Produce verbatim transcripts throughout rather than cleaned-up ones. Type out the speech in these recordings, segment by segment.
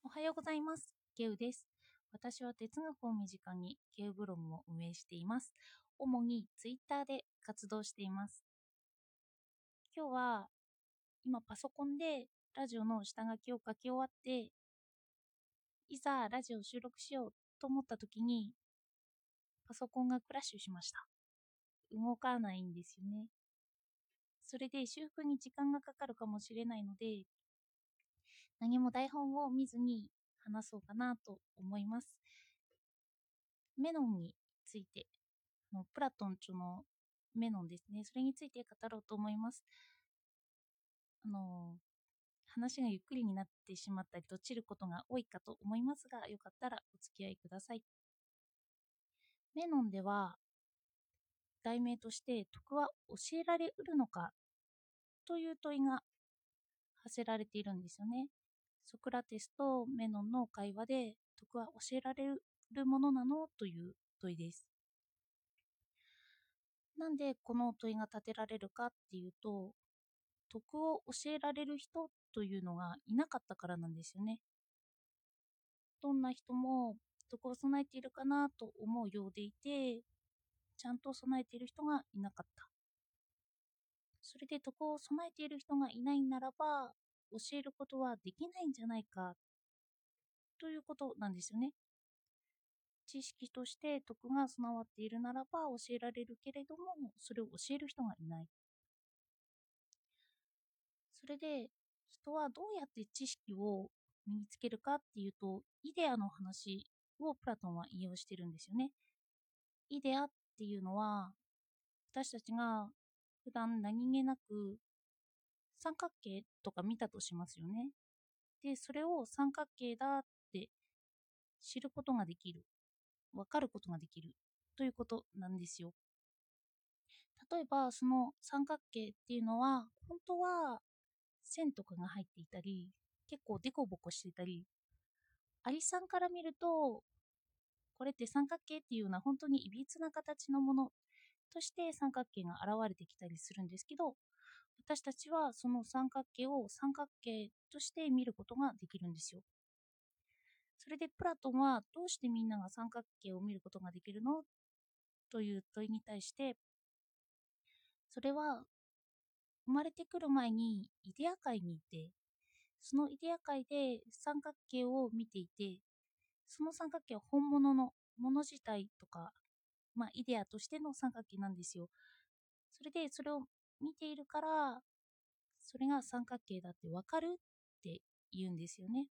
おはようございます。ゲウです。私は哲学を身近にゲウブログを運営しています。主にツイッターで活動しています。今日は今パソコンでラジオの下書きを書き終わって、いざラジオを収録しようと思った時にパソコンがクラッシュしました。動かないんですよね。それで修復に時間がかかるかもしれないので、何も台本を見ずに話そうかなと思います。メノンについて、のプラトン著のメノンですね、それについて語ろうと思います。あの話がゆっくりになってしまったりとちることが多いかと思いますが、よかったらお付き合いください。メノンでは題名として徳は教えられうるのかという問いが発せられているんですよね。ソクラテスとメノンの会話で徳は教えられるものなのという問いです。なんでこの問いが立てられるかっていうと、徳を教えられる人というのがいなかったからなんですよね。どんな人も徳を備えているかなと思うようでいて、ちゃんと備えている人がいなかった。それで徳を備えている人がいないならば、教えることはできないんじゃないかということなんですよね。知識として徳が備わっているならば教えられるけれども、それを教える人がいない。それで人はどうやって知識を身につけるかっていうと、イデアの話をプラトンは引用してるんですよね。イデアっていうのは、私たちが普段何気なく三角形とか見たとしますよね。で、それを三角形だって知ることができる、わかることができるということなんですよ。例えば、その三角形っていうのは、本当は線とかが入っていたり、結構デコボコしていたり、アリさんから見ると、これって三角形っていうような本当にいびつな形のものとして三角形が現れてきたりするんですけど、私たちはその三角形を三角形として見ることができるんですよ。それでプラトンはどうしてみんなが三角形を見ることができるのという問いに対して、それは生まれてくる前にイデア界にいて、そのイデア界で三角形を見ていて、その三角形は本物のもの自体とか、まあ、イデアとしての三角形なんですよ。それでそれを見ているから、それが三角形だってわかるって言うんですよね。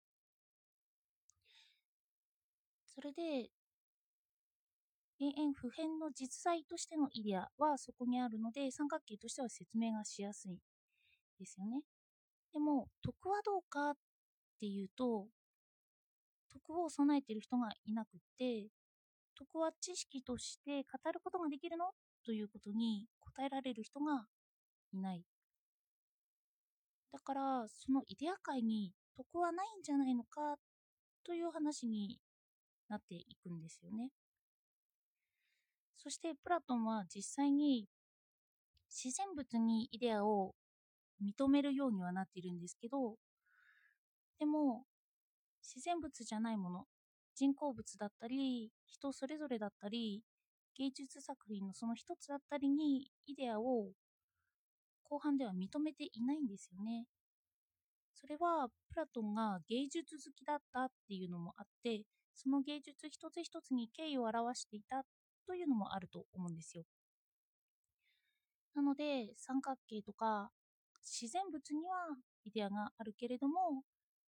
それで永遠不変の実在としてのイデアはそこにあるので、三角形としては説明がしやすいですよね。でも徳はどうかっていうと、徳を備えている人がいなくって、徳は知識として語ることができるのということに答えられる人がいない。だからそのイデア界に徳はないんじゃないのかという話になっていくんですよね。そしてプラトンは実際に自然物にイデアを認めるようにはなっているんですけど、でも自然物じゃないもの、人工物だったり人それぞれだったり芸術作品のその一つだったりにイデアを後半では認めていないんですよね。それはプラトンが芸術好きだったっていうのもあって、その芸術一つ一つに敬意を表していたというのもあると思うんですよ。なので三角形とか自然物にはイデアがあるけれども、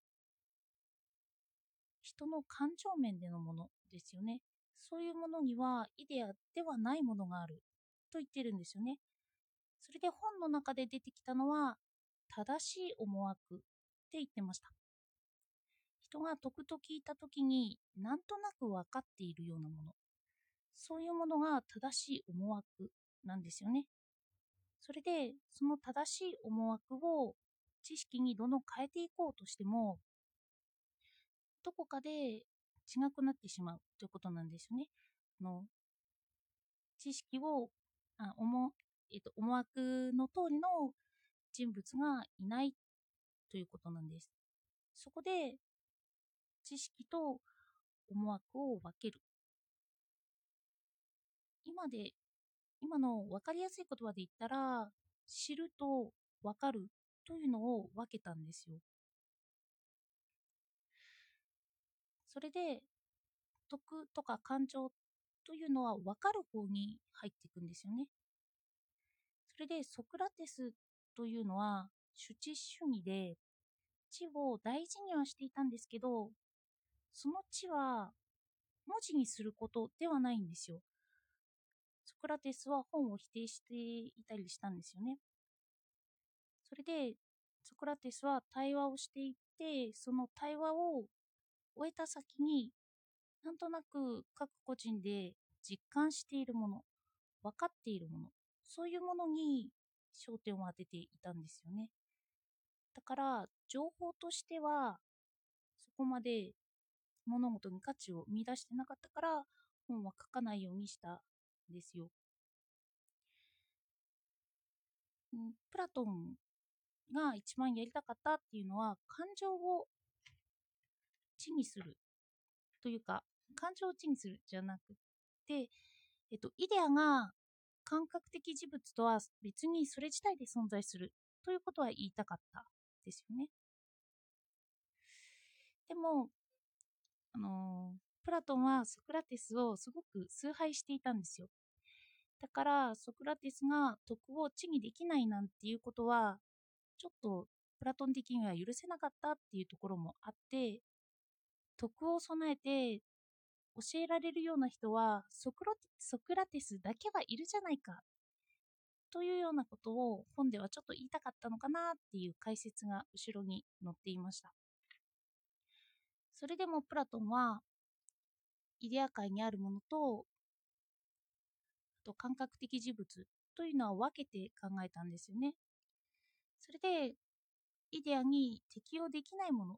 人の感情面でのものですよね。そういうものにはイデアではないものがあると言ってるんですよね。それで本の中で出てきたのは正しい思惑って言ってました。人が徳と聞いたときになんとなく分かっているようなもの、そういうものが正しい思惑なんですよね。それでその正しい思惑を知識にどんどん変えていこうとしても、どこかで違くなってしまうということなんですよね。あの知識をあ思,、えっと、思惑の通りの人物がいないということなんです。そこで知識と思惑を分ける。今で、今の分かりやすい言葉で言ったら、知ると分かるというのを分けたんですよ。それで、得とか感情というのは分かる方に入っていくんですよね。それで、ソクラテスというのは、主知主義で、知を大事にはしていたんですけど、その知は文字にすることではないんですよ。ソクラテスは本を否定していたりしたんですよね。それで、ソクラテスは対話をしていって、その対話を終えた先に、なんとなく各個人で実感しているもの、分かっているもの、そういうものに焦点を当てていたんですよね。だから、情報としては、そこまで物事に価値を見出してなかったから、本は書かないようにしたんですよ。うん、プラトンが一番やりたかったっていうのは、感情を知にするというか、感情を知にするじゃなくて、えっと、イデアが感覚的事物とは別にそれ自体で存在するということは言いたかったですよね。でも、あのープラトンはソクラテスをすごく崇拝していたんですよ。だからソクラテスが徳を知にできないなんていうことはちょっとプラトン的には許せなかったっていうところもあって、徳を備えて教えられるような人はソクロソクラテスだけはいるじゃないかというようなことを本ではちょっと言いたかったのかなっていう解説が後ろに載っていました。それでもプラトンはイデア界にあるものと、あと感覚的事物というのは分けて考えたんですよね。それでイデアに適用できないもの、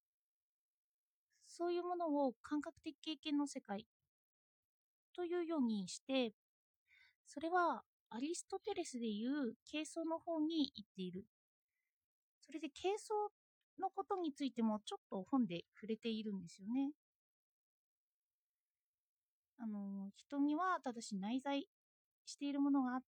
そういうものを感覚的経験の世界というようにして、それはアリストテレスでいう形相の方に言っている。それで形相のことについてもちょっと本で触れているんですよね。あの人にはただし内在しているものがあって、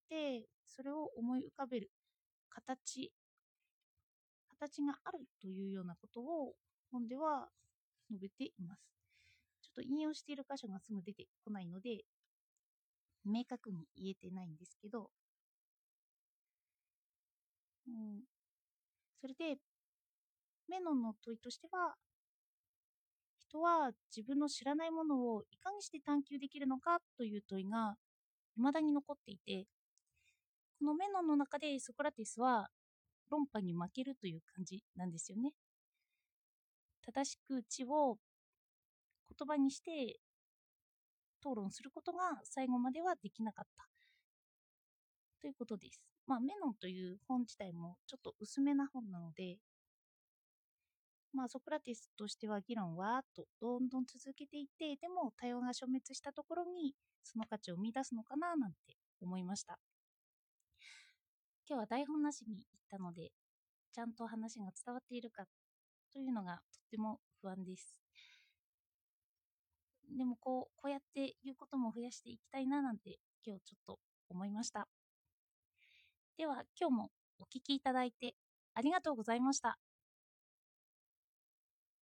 それを思い浮かべる形形があるというようなことを本では述べています。ちょっと引用している箇所がすぐ出てこないので明確に言えてないんですけど、うん、それでメノンの問いとしては、人は自分の知らないものをいかにして探求できるのかという問いが未だに残っていて、このメノンの中でソクラテスは論破に負けるという感じなんですよね。正しく知を言葉にして討論することが最後まではできなかったということです。まあ、メノンという本自体もちょっと薄めな本なので、まあ、ソクラテスとしては議論はとどんどん続けていって、でも対話が消滅したところにその価値を見出すのかななんて思いました。今日は台本なしに言ったので、ちゃんと話が伝わっているかというのがとっても不安です。でもこう、こうやって言うことも増やしていきたいななんて今日ちょっと思いました。では今日もお聞きいただいてありがとうございました。